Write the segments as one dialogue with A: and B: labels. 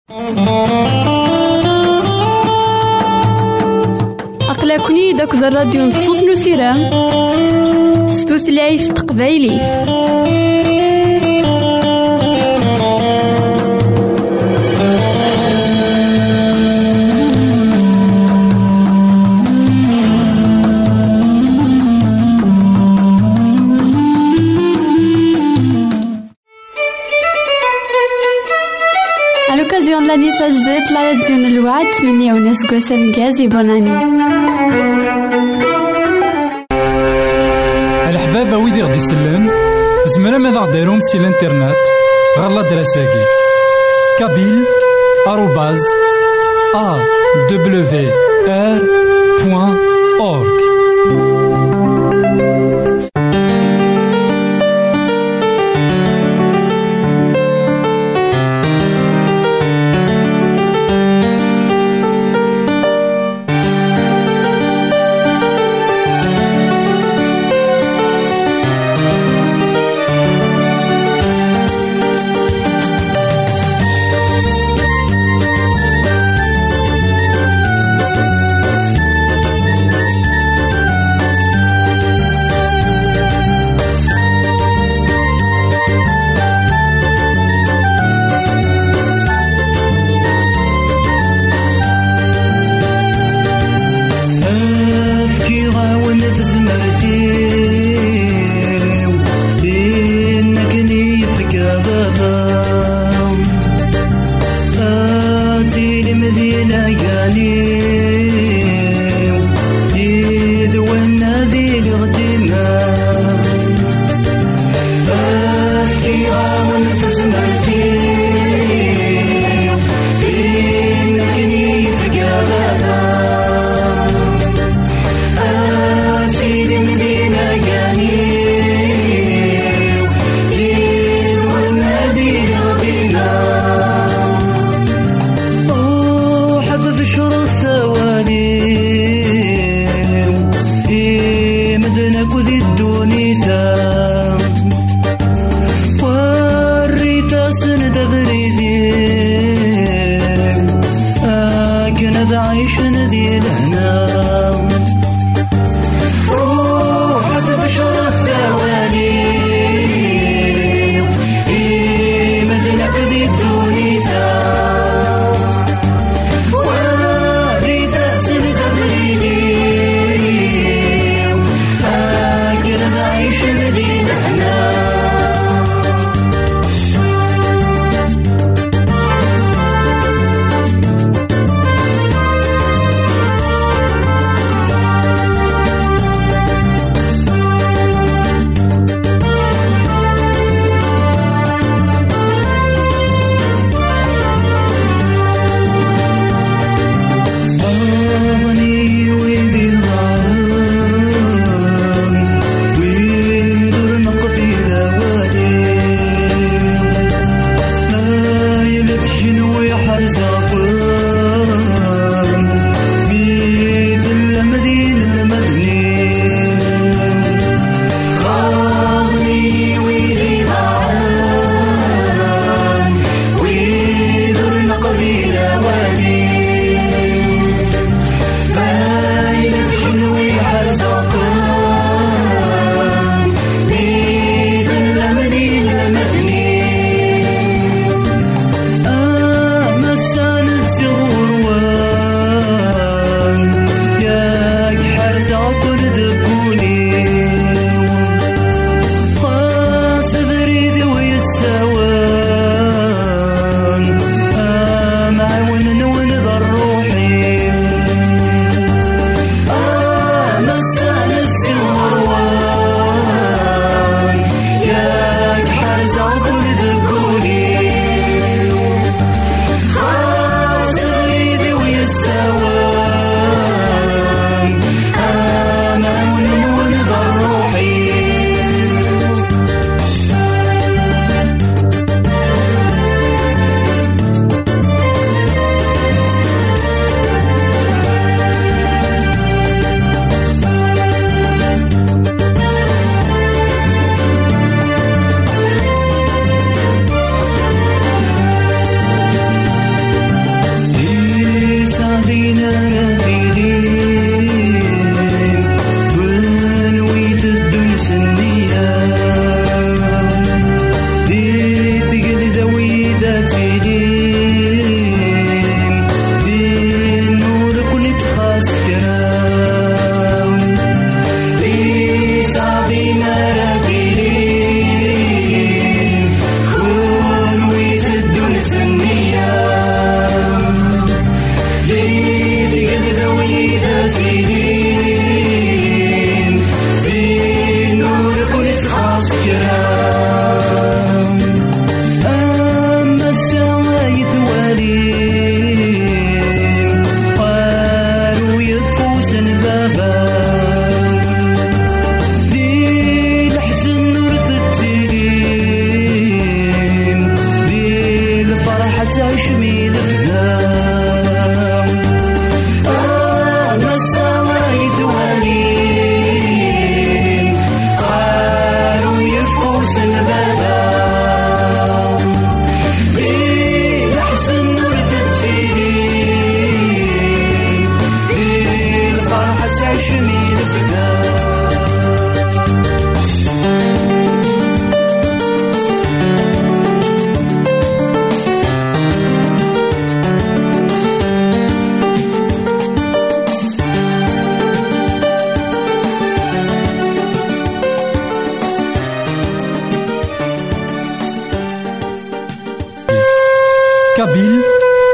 A: أقلكني داك الراديو نصوص نسيران ستوثلايف تقبايلي. لاني تجديد لا يدين الوعد من يونس قسم جازي بوناني.
B: الحبابة ويدي غدي يسلم زمرا ماذا غديرهم سي الانترنت غالا دراساكي kabil@awr.org.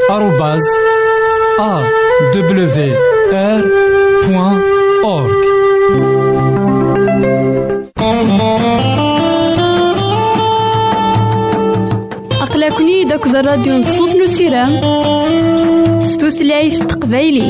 B: awr.org.
A: أقلكني داك الراديو نصوص نسيرام ستوثلايف تقبايلي.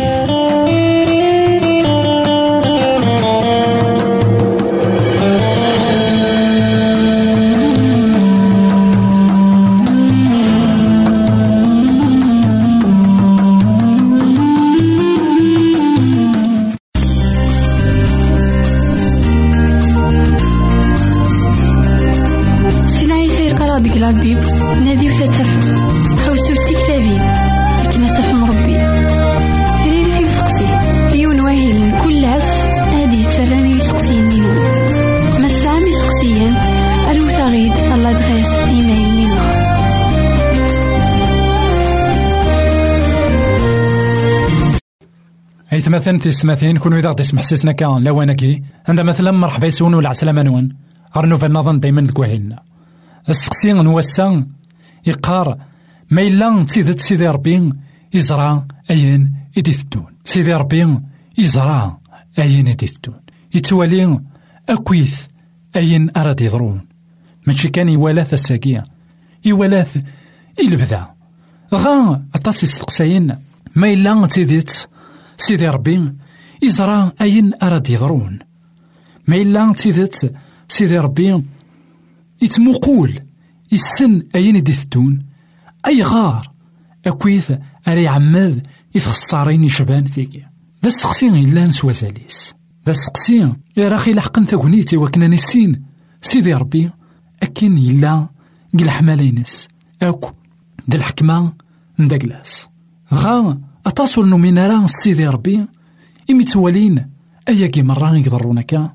A: لابيب نادي وتتفهم حوسو التكتابين لكن تفهم ربي تريد في سقسي يون واهل كل عف هادي تراني سقسيين نينو ما سامي سقسيين ألو ثغيد الله دغيس إيميل نينو.
B: حيث مثلا تسمثين كونوا إذا تسمح سيسنا كان لوانكي عند مثلا مرحبا يسون ولا عسلامة نوان غرنو في النظام دايما دكوهيلنا السقسي نوسان يقار ما إلا تسيدت سيدي ربي يزرع أين يديثتون سيدي ربي يزرع أين يديثتون يتوالي أكويث أين أراد يضرون ماشي كان يولاث الساقية يولاث البدا غا أطاس يستقسين ما إلا تسيدت سيدي ربي يزرع أين أراد يضرون ما إلا تسيدت سيدي ربي يتموقول يسن أين يدثتون أي غار أكويث أري عماد يتخصارين يشبان ثيكي دا السقسين إلا نسوى زاليس دا السقسين يا راخي لحقن ثاقونيتي وكنا نسين سيدي ربي أكين إلا قل حمالينس أكو دا الحكمة ندقلاس غا أتصل نمينارا سيدي ربي إمي توالين أياكي مرة يقدرونك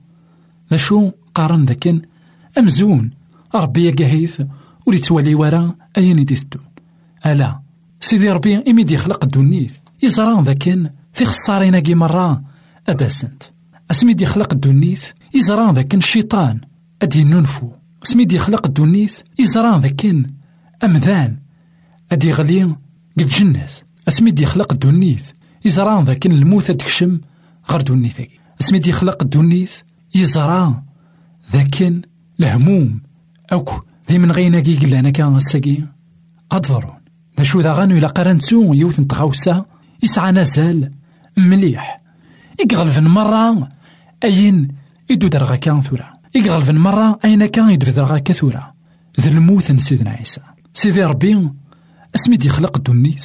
B: لشو قارن ذاكن أمزون ربي يقهيث ولي توالي ورا أين يديثتون ألا سيدي ربي إميدي يخلق الدنيث يزران ذاكن في خسارينا كي مرة أداسنت أسميدي يخلق الدنيث يزران ذاكن الشيطان أدي ننفو أسميدي يخلق الدنيث يزران ذاكن أمذان أدي غلين قد جنث أسميدي يخلق الدنيث يزران ذاكن الموت تكشم غير دنيثك أسميدي يخلق الدنيث يزران ذاكن الهموم أوكو ذي من غينا كي قلانا كان الساقي أضرون ذا شو ذا غانو إلا قرنتو يوث نتغاوسا يسعى نزال مليح يقغلفن مرة أين يدو درغا كان ثورا يقغلفن مرة أين كان يدو درغا كثورا ذا الموت سيدنا عيسى سيدي ربي اسمي يخلق الدنيث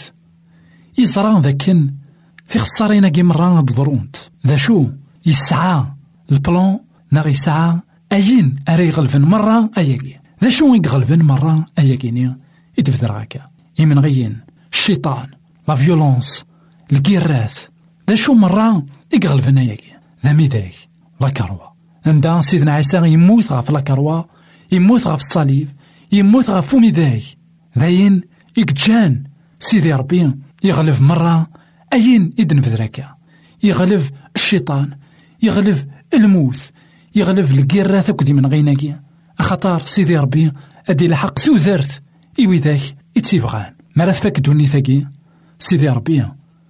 B: يزران ذاكن في خسارينا كي مرة ضرونت ذا شو يسعى البلان ناغ يسعى أين أري يغلفن مرة أياكي ذا شو يغلفن مرة أياكيني يدفذر غاكا يمن غيين الشيطان لا فيولونس الكيراث ذا شو مرة يغلفن أياكي ذا ميداك لا كروة عندها سيدنا عيسى يموت غاف لا كروة يموت غاف الصليب يموت غاف ميداك ذاين يكجان سيدي ربي يغلف مرة أين يدنفذ راكا يغلف الشيطان يغلف الموت يغلف الكيراث أكدي من غيناكي أخطار سيدي ربي أدي لحق ثوثرت إيوي ذاك يتسيبغان مرث فاك دوني ثاكي سيدي ربي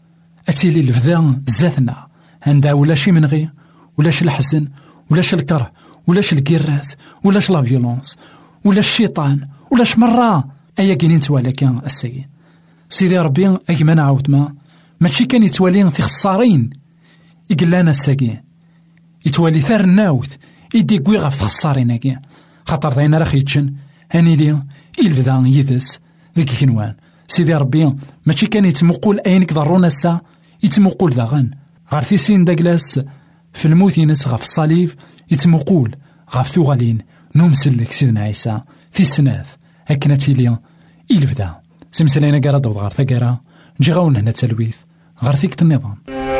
B: أتيلي الفذا زاثنا عندها ولاش من غي ولاش الحزن ولاش الكره ولاش الكيراث ولاش لا فيولونس ولاش الشيطان ولاش مرة أيا كينين توالي كان السيد سيدي ربي أكما نعاود ماشي كان يتوالين في خسارين يقلانا الساقين يتوالي ثار الناوث يدي قويغا في خسارين كي خاطر ذاينا راخ يتشن هاني لي يلفذا يدس ذيك كنوان سيدي ربي ماشي كان يتمقول أينك ضرونا السا يتمقول ذا غن غارثي سين داكلاس في الموت ينس غاف الصليب يتمقول غاف ثوغالين نومسلك سيدنا عيسى في السناث هكنا تيلي يلفذا سمسلينا قرا دوض غار ثقرا نجي غاون هنا تلويث غار ثيكت النظام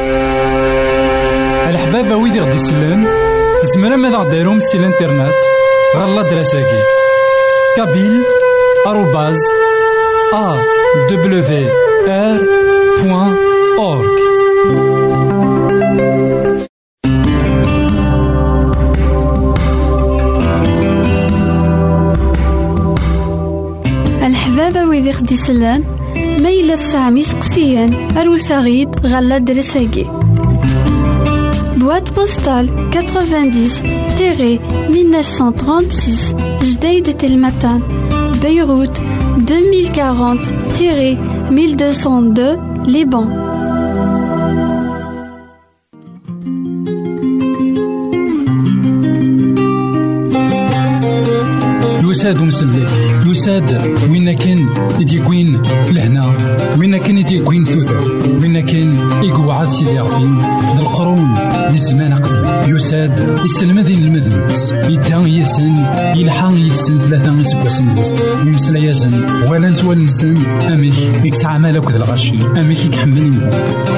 B: الحباب ويدي غدي سلان زمرا ماذا غديرهم سي الانترنت غالا دراساكي كابيل @awr.org.
A: الحبابة ويدي غدي سلان ميلا السامي سقسيان أروسا غيد غالا درساقي. Boîte postale 90-1936 Jdeï Telmatan, Beyrouth 2040-1202 Liban.
B: يساد مسلك يساد وين كان يديكوين لهنا وين كان يديكوين ثوث وين كان يقعد سيدي ربي القرون للزمان قدم يساد يسلمذين المذنبس يدان يسن يلحان يسن ثلاثة يسكوسن يمسلا يزن ولا نسوى نسن أميك يكتعامل أكد الغشي أميك يكحملين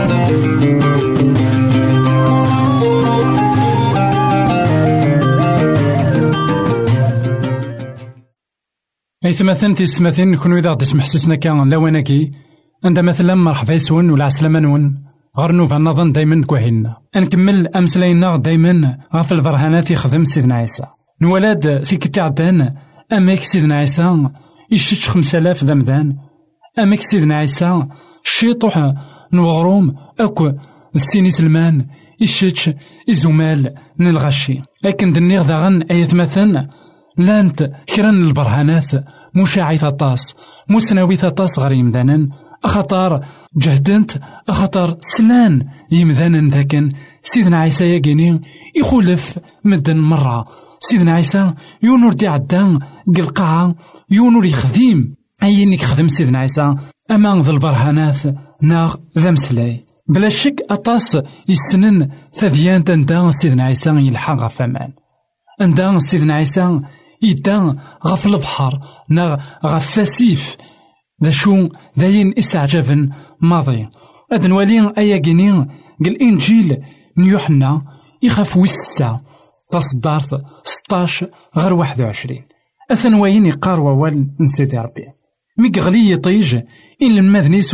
B: مثلا تيستمثين نكونو إذا غدي تسمح سسنا كان لواناكي عند مثلا مرحبا يسون ولا عسلامة نون غرنو فالنظن دايما كواهينا نكمل أمسلينا دايما غاف البرهانات يخدم سيدنا عيسى نولاد في كتعدان أميك سيدنا عيسى يشتش 5000 ذمذان أميك سيدنا عيسى شيطوح نوغروم أكو السيني سلمان يشتش إزومال نلغشي لكن دنيغ داغن أيت مثلا لانت كرن البرهانات مشاعي ثطاس مسناوي ثطاس غير يمذانا أخطار جهدنت أخطار سلان يمذانا ذاكن سيدنا عيسى يقيني يخولف مدن مرة سيدنا عيسى يونور دي عدان قلقاعة يونور يخديم أينك خدم سيدنا عيسى أمان ذا البرهانات ناغ ذا مسلاي بلا شك أطاس يسنن ثديان تندان سيدنا عيسى يلحق غفامان عندان سيدنا عيسى يدان غف البحر نا غف فاسيف ذا شو داين استعجابا ماضي أدنوالين أيا جنين قال إنجيل من يوحنا يخاف ويستا تصدارت 16 غير 21 أثنوين يقار ووال نسيدي ربي ميقغلي يطيج إن المذنيس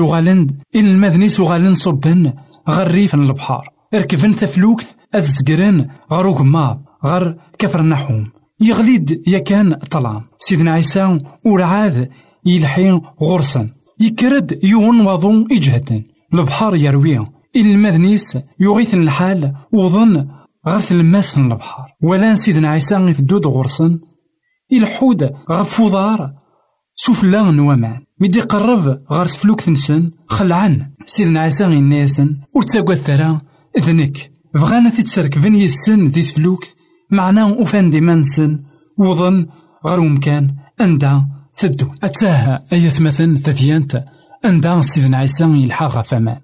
B: وغالن صبن غير ريف البحر اركفن ثفلوكث أذزقرن غروق ماب غير كفر نحوم يغليد يكان طلام سيدنا عيسى ورعاد يلحين غرسا يكرد يون وضون إجهة البحر يرويه إن المذنيس يغيث الحال وظن غرث الماس البحر ولا سيدنا عيسى يثدود غرسا الحود غفوضار سفلان نوامان مدي قرب غرس فلوك ثنسن خلعان سيدنا عيسى الناسن ورتساقوا الثرى إذنك بغانا تتسرك بن يسن ذي فلوك معناه أفان دي منسن وظن غير مكان أندا ثدو أتاها أيث مثل تثيانت أندا سيدنا عيسى يلحق فمان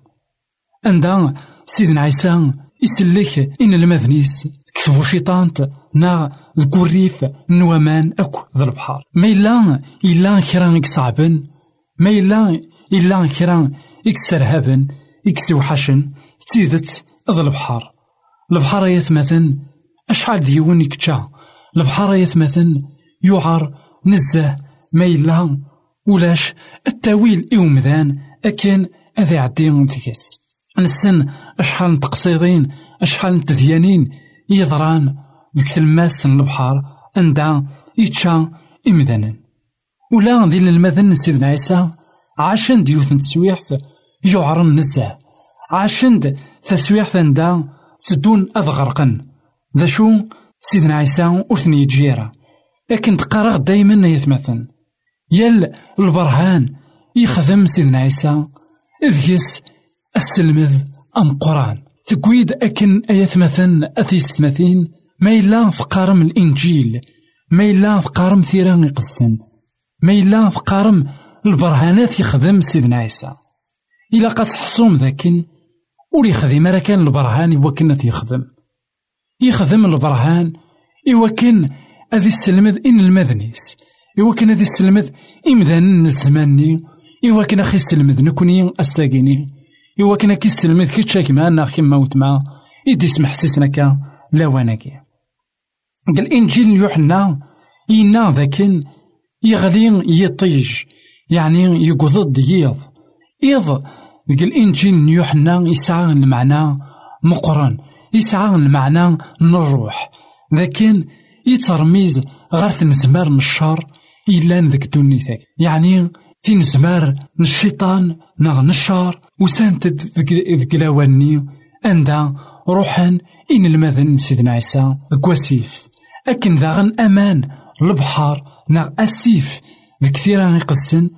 B: أندا سيدنا عيسى يسلك إن المذنيس كثفو شيطانت نا ذكوريف نوامان أكو ذا البحر ما إلا كران يكصعبن ما إلا كران يكسرهبن يكسوحشن تيدت ذا البحر يثمثن أشحال ديون يكتشا البحر يثمثن يعر نزه ما إلا ولاش التاويل إومذان أكن أذي عدين تكس نسن أشحال نتقصيضين أشحال نتذيانين يضران ذك الماس البحر أندا يتشا إمذانا ولا ذي المذن سيدنا عيسى عاشن ديوث نتسويحث يعرن نزه عاشن تسويحث أندا سدون أذغرقن ذا شو سيدنا عيسى أثني جيرا لكن تقرأ دايما يتمثل يل البرهان يخدم سيدنا عيسى إذ يس السلمذ أم قرآن تقويد أكن أيتمثل أثيستمثين ما إلا فقارم الإنجيل ما إلا فقارم ثيران يقصن ما إلا فقارم البرهانات يخدم سيدنا عيسى إلا قد حصوم ذاكن وليخدم ركان البرهان يوكنت يخدم البرهان يوكن أذي السلمذ إن المذنيس يوكن أذي السلمذ إمذان الزماني يوكن أخي السلمذ نكوني الساقيني يوكن أكي السلمذ كي تشاكي معنا أخي موت ما يدي سمح سيسنكا لاواناكي قال إنجيل يوحنا إنا ذاكن يغلي يطيج يعني يقضض يض قال إنجيل يوحنا يسعى المعنى مقرن يسعى المعنى نروح لكن يترميز غير نزمار من الشر إلا ذاك دونيتك يعني فين زمار الشيطان نغ نشار وسانتد ذك لاواني عندها روحا إن المذن سيدنا عيسى كواسيف أكن ذاغن أمان البحار نغ أسيف بكثيرا يقدسن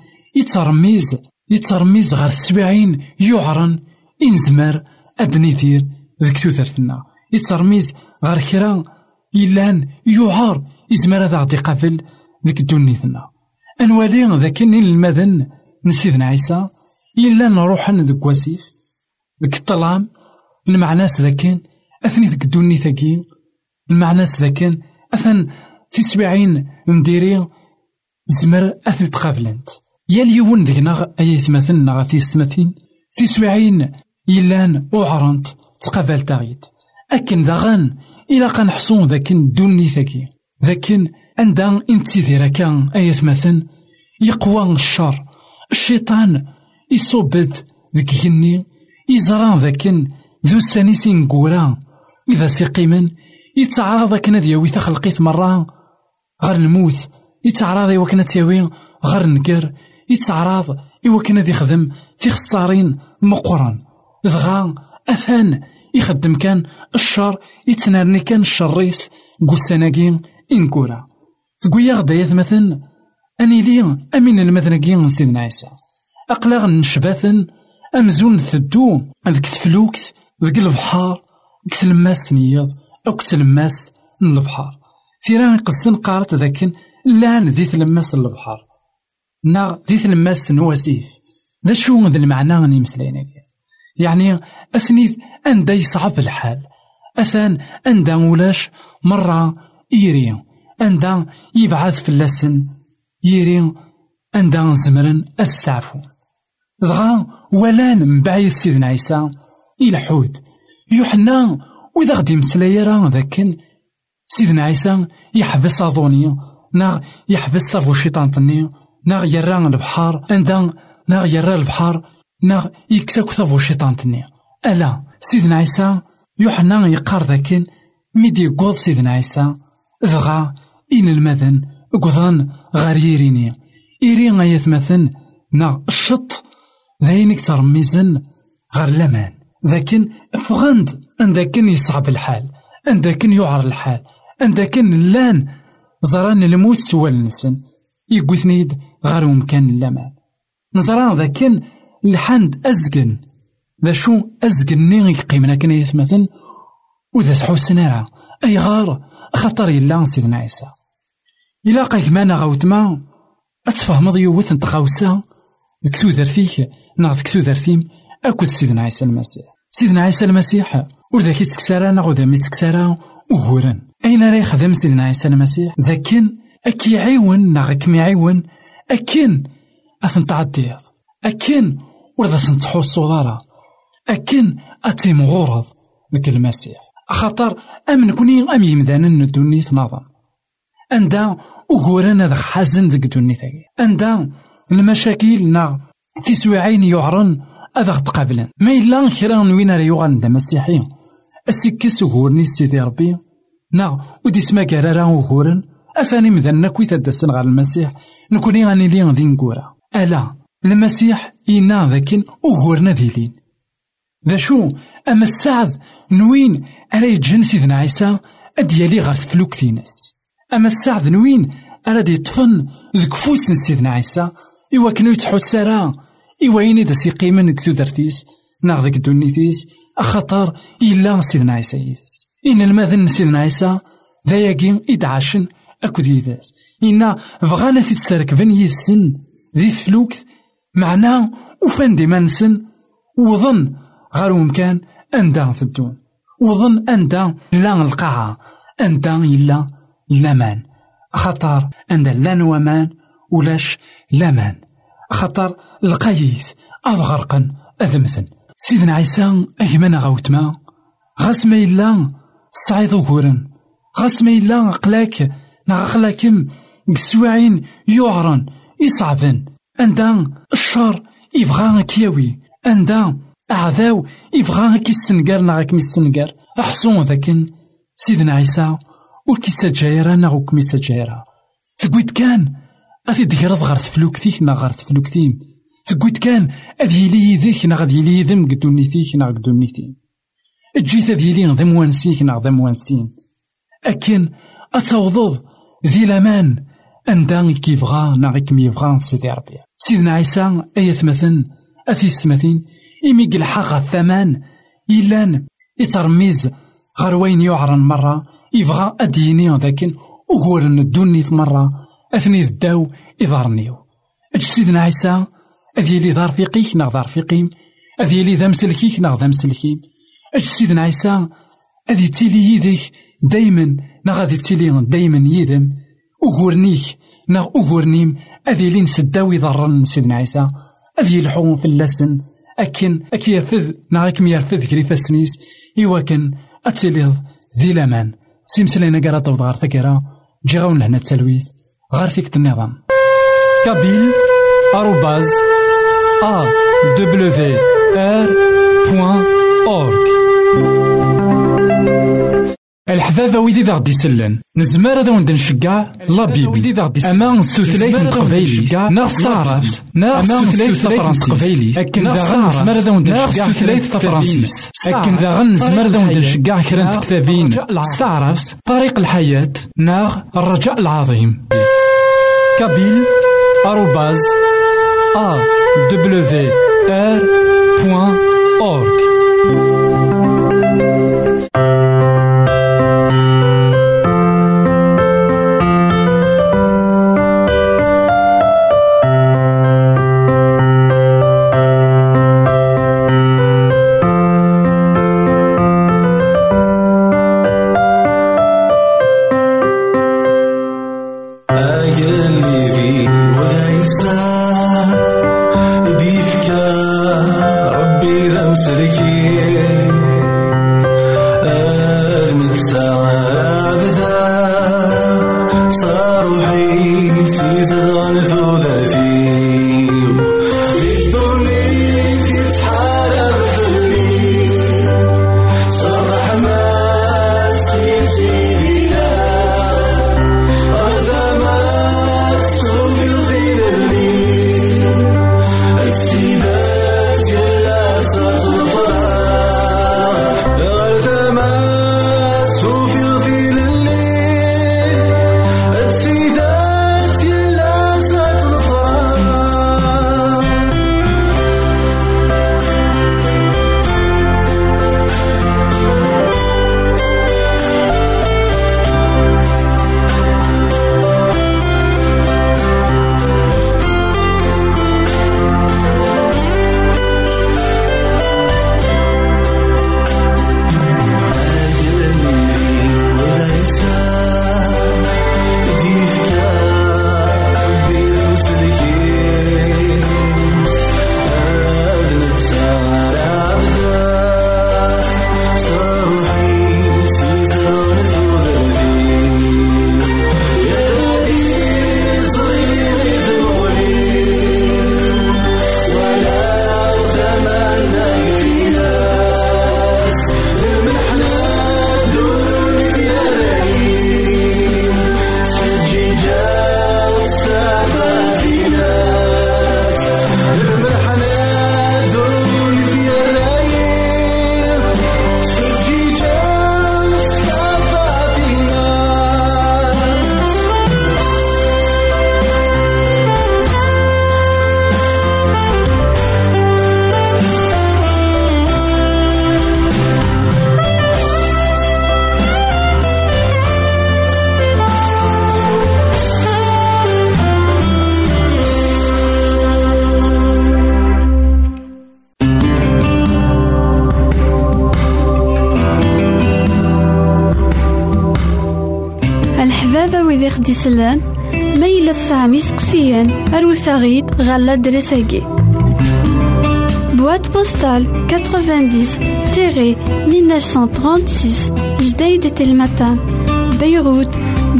B: يترميز غير 70 يعرن إنزمر أدنيثير ذك ثوثرتنا يترميز غير كرا إلان يعار إزمر ذا غدي قابل ذك الدنيثنا أنوالي ذاكن المذن نسيدنا عيسى إلان روحا ذك واسيف ذك الطلام المعناس ذاكن أثني ذك الدنيثاكي المعناس ذاكن أثن في 70 مديرين زمر أثني تقابلنت يا اليون ذكنا أي ثمثن غا في 70 إلان أعرنت تقابل تغيد أكن ذاغن إلا قنحصون ذاكن دوني ثاكي ذاكن عندها انتظر كان أي ثمثن يقوى الشر الشيطان يصوبد ذك جني يزران ذاكن ذو السانيسين قوران إذا سيقيمن يتعرض كنا دياوي تخلقيت مرة غير الموت يتعرض إوا كنا تياوي غير نكر يتعرض إوا كنا دي خدم في خسارين مقرن ذغا أثان يخدم كان الشر يتنارني كان الشريس قوساناكين إنكورا تقويا غدا يثمثن أني لي أمين المثناكين سيدنا عيسى أقلاغ نشباثن أمزون ثدو ذك تفلوكت ذك البحار كتلماس تنيض أو كتلماس البحار ثيران قدسن قارت ذاكن لان ذي تلماس البحار نا ذي تلماس نواسيف ذا شو ذا المعنى غني مسلينا يعني أثني أندا يصعب الحال أثان أندا مولاش مرة يري أندا يبعث في اللسن يري أندا زمرن أتستعفون ضغا ولان مبعيث سيدنا عيسى يلحود يوحنا وإذا غدي مسلايرا ذاكن سيدنا عيسى يحبس أظوني نا يحبس طافو الشيطان طني نا يرى البحار أندا نا يرى البحار نا يكساك طافو الشيطان طني ألا سيدنا عيسى يوحنا يقار ذاكن ميدي قوض سيدنا عيسى ضغا إن المذن قوضان غير يريني إيرين يتمثن نا الشط ذاينك ترميزن غير لمان ذاكن فغند عندكن يصعب الحال عندكن يعر الحال عندكن لان زران الموت سوى النسن يقوثنيد غير مكان اللمان نزران ذاكن الحند أزقن ذا شو أزقني يقيمنا كنا يثمثن وذا سحو السنارة أي غار خطر يلا سيدنا عيسى إلا قيمانا غوتما أتفهم ضيوث نتقاوسا ذكتو ذرفيك نا ذكتو ذرفيم أكد سيدنا عيسى المسيح سيدنا عيسى المسيح وذاك يتكسارا ناغو دام يتكسارا وهورن أين راه يخدم سيدنا عيسى المسيح ذاكن أكي عيون ناغك ميعيون أكن أثن تعديض أكن ورذا سنتحو الصدارة أكن أتيم غورض ذاك المسيح خاطر أمن كوني أم يمدانا ندوني تنظم أندا وهورن هذا حازن ذاك دوني ثاقي أندا المشاكل نا في سواعين يعرن هذا تقابلن ما إلا كرا وين راه يوغان دا مسيحي السكس وغورني سيدي ربي نا ودي سما كرارا وغورن أثاني مذننا كويتا داسن غير المسيح نكوني غاني لي غادي نقورا ألا المسيح إنا ذاكن وغورنا ذيلين ذا شو أما السعد نوين أرا يجن سيدنا عيسى أديالي غير فلوك تيناس أما السعد نوين أرا دي طفن ذك فوس سيدنا عيسى إوا كانو يتحو السارة إوا يني دا سيقيمن كثو درتيس ناغ ذاك دونيتيس أخطر إلا سيدنا عيسى يدس إن الماذن سيدنا عيسى ذا يقين إدعاشن أكو ديداس إنا بغانا تتسارك بن يدسن ذي فلوكت معنا وفان دي منسن وظن غير ممكن أندا في الدون وظن أندا لا القاعة أندا إلا لامان خطر أندا لا نوامان ولاش لامان خطر القايث أضغرقا أذمثن سيدنا عيسى أيمن غوتما غاس ما إلا صعيد وقورن غاس ما إلا قلاك نغقلاكم بسواعين يعرن يصعبن أندا الشر يبغى كياوي أندا أعذاو يبغى كي السنقر نغاك مي السنقر أحصون ذاكن سيدنا عيسى وكي تجايرا نغوك مي تجايرا تقويت كان أثي دقرض غار تفلوكتيك نا غار تفلوكتيم تقول كان أذي لي يذيك نا غادي لي يذم قدو نيتيك نا قدو نيتيم اجيت أذي لي ذم وانسيك نا ذم وانسين أكن أتوضض ذي لمان أندان كيفغا نا غيك ميفغا سيدي ربي سيدنا عيسى أيث مثلا أثي ستمثين إمي قلحا الثمان إلان يترميز غير وين يعرن مرة يبغى أديني ذاكن وقول ندونيت مرة أثني الداو إضارنيو أج سيدنا عيسى أذي لي ذا رفيقيك نا ذا رفيقيم أذي لي ذا مسلكيك نا ذا مسلكيم أج سيدنا عيسى أذي تيلي يديك دايما نا غادي تيلي دايما يدم وقورنيك نا وقورنيم أذي لي نسداو يضرن سيدنا عيسى أذي الحوم في اللسن أكن أكي يرفذ نا غيك ميرفذ كريفا سنيس إيواكن أتسليض ذي لامان سيمسلينا قرا طوض غار ثكرا جي غاون لهنا التلويث غار فيك النظام كابيل آروباز awr.org الحبابة ويدي ذا غدي يسلن نزمر هذا وند نشجع لا بيبي أما نستثليث نقبيلي نستعرف نستثليث فرنسي أكن ذا غنزمر هذا وند نشجع نستثليث فرنسيس أكن ذا غنزمر هذا وند نشجع كران كتابين استعرف طريق الحياة ناغ الرجاء العظيم كابيل آروباز awr.org
A: الحبابة ويدي خدي سلان ميلا السامي سقسيان أروثاغيد غالا دريساكي Boîte postale 90-1936 Jdeï Telmatan Beyrouth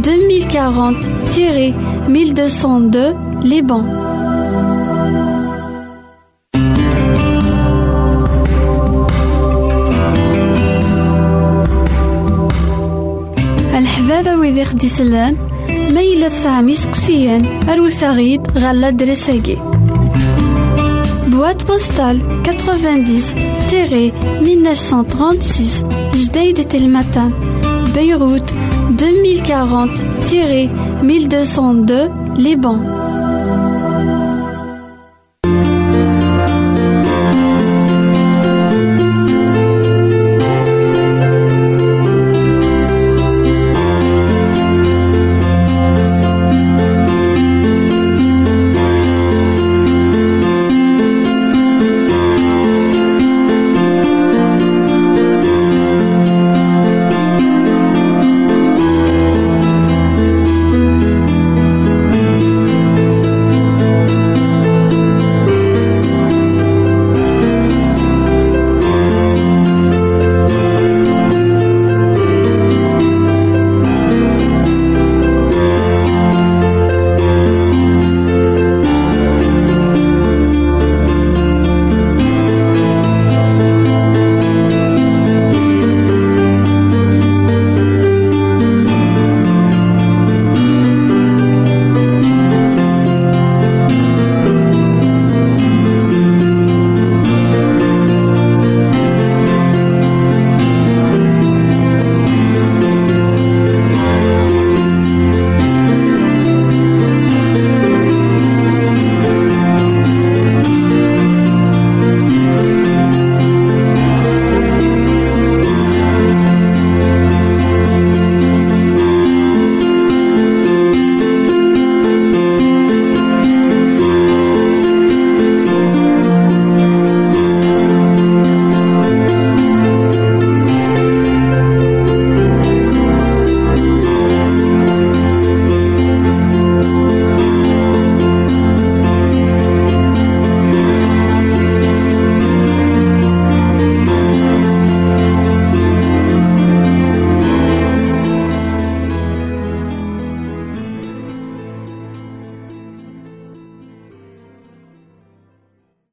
A: 2040-1202 Liban. الحبابة ويدي ودي خدي سلان ميلا سامي سقسيان أروساغيد غالا درساجي. Boîte postale 90-1936 Jdeïd Telmatan, Beyrouth 2040-1202 Liban.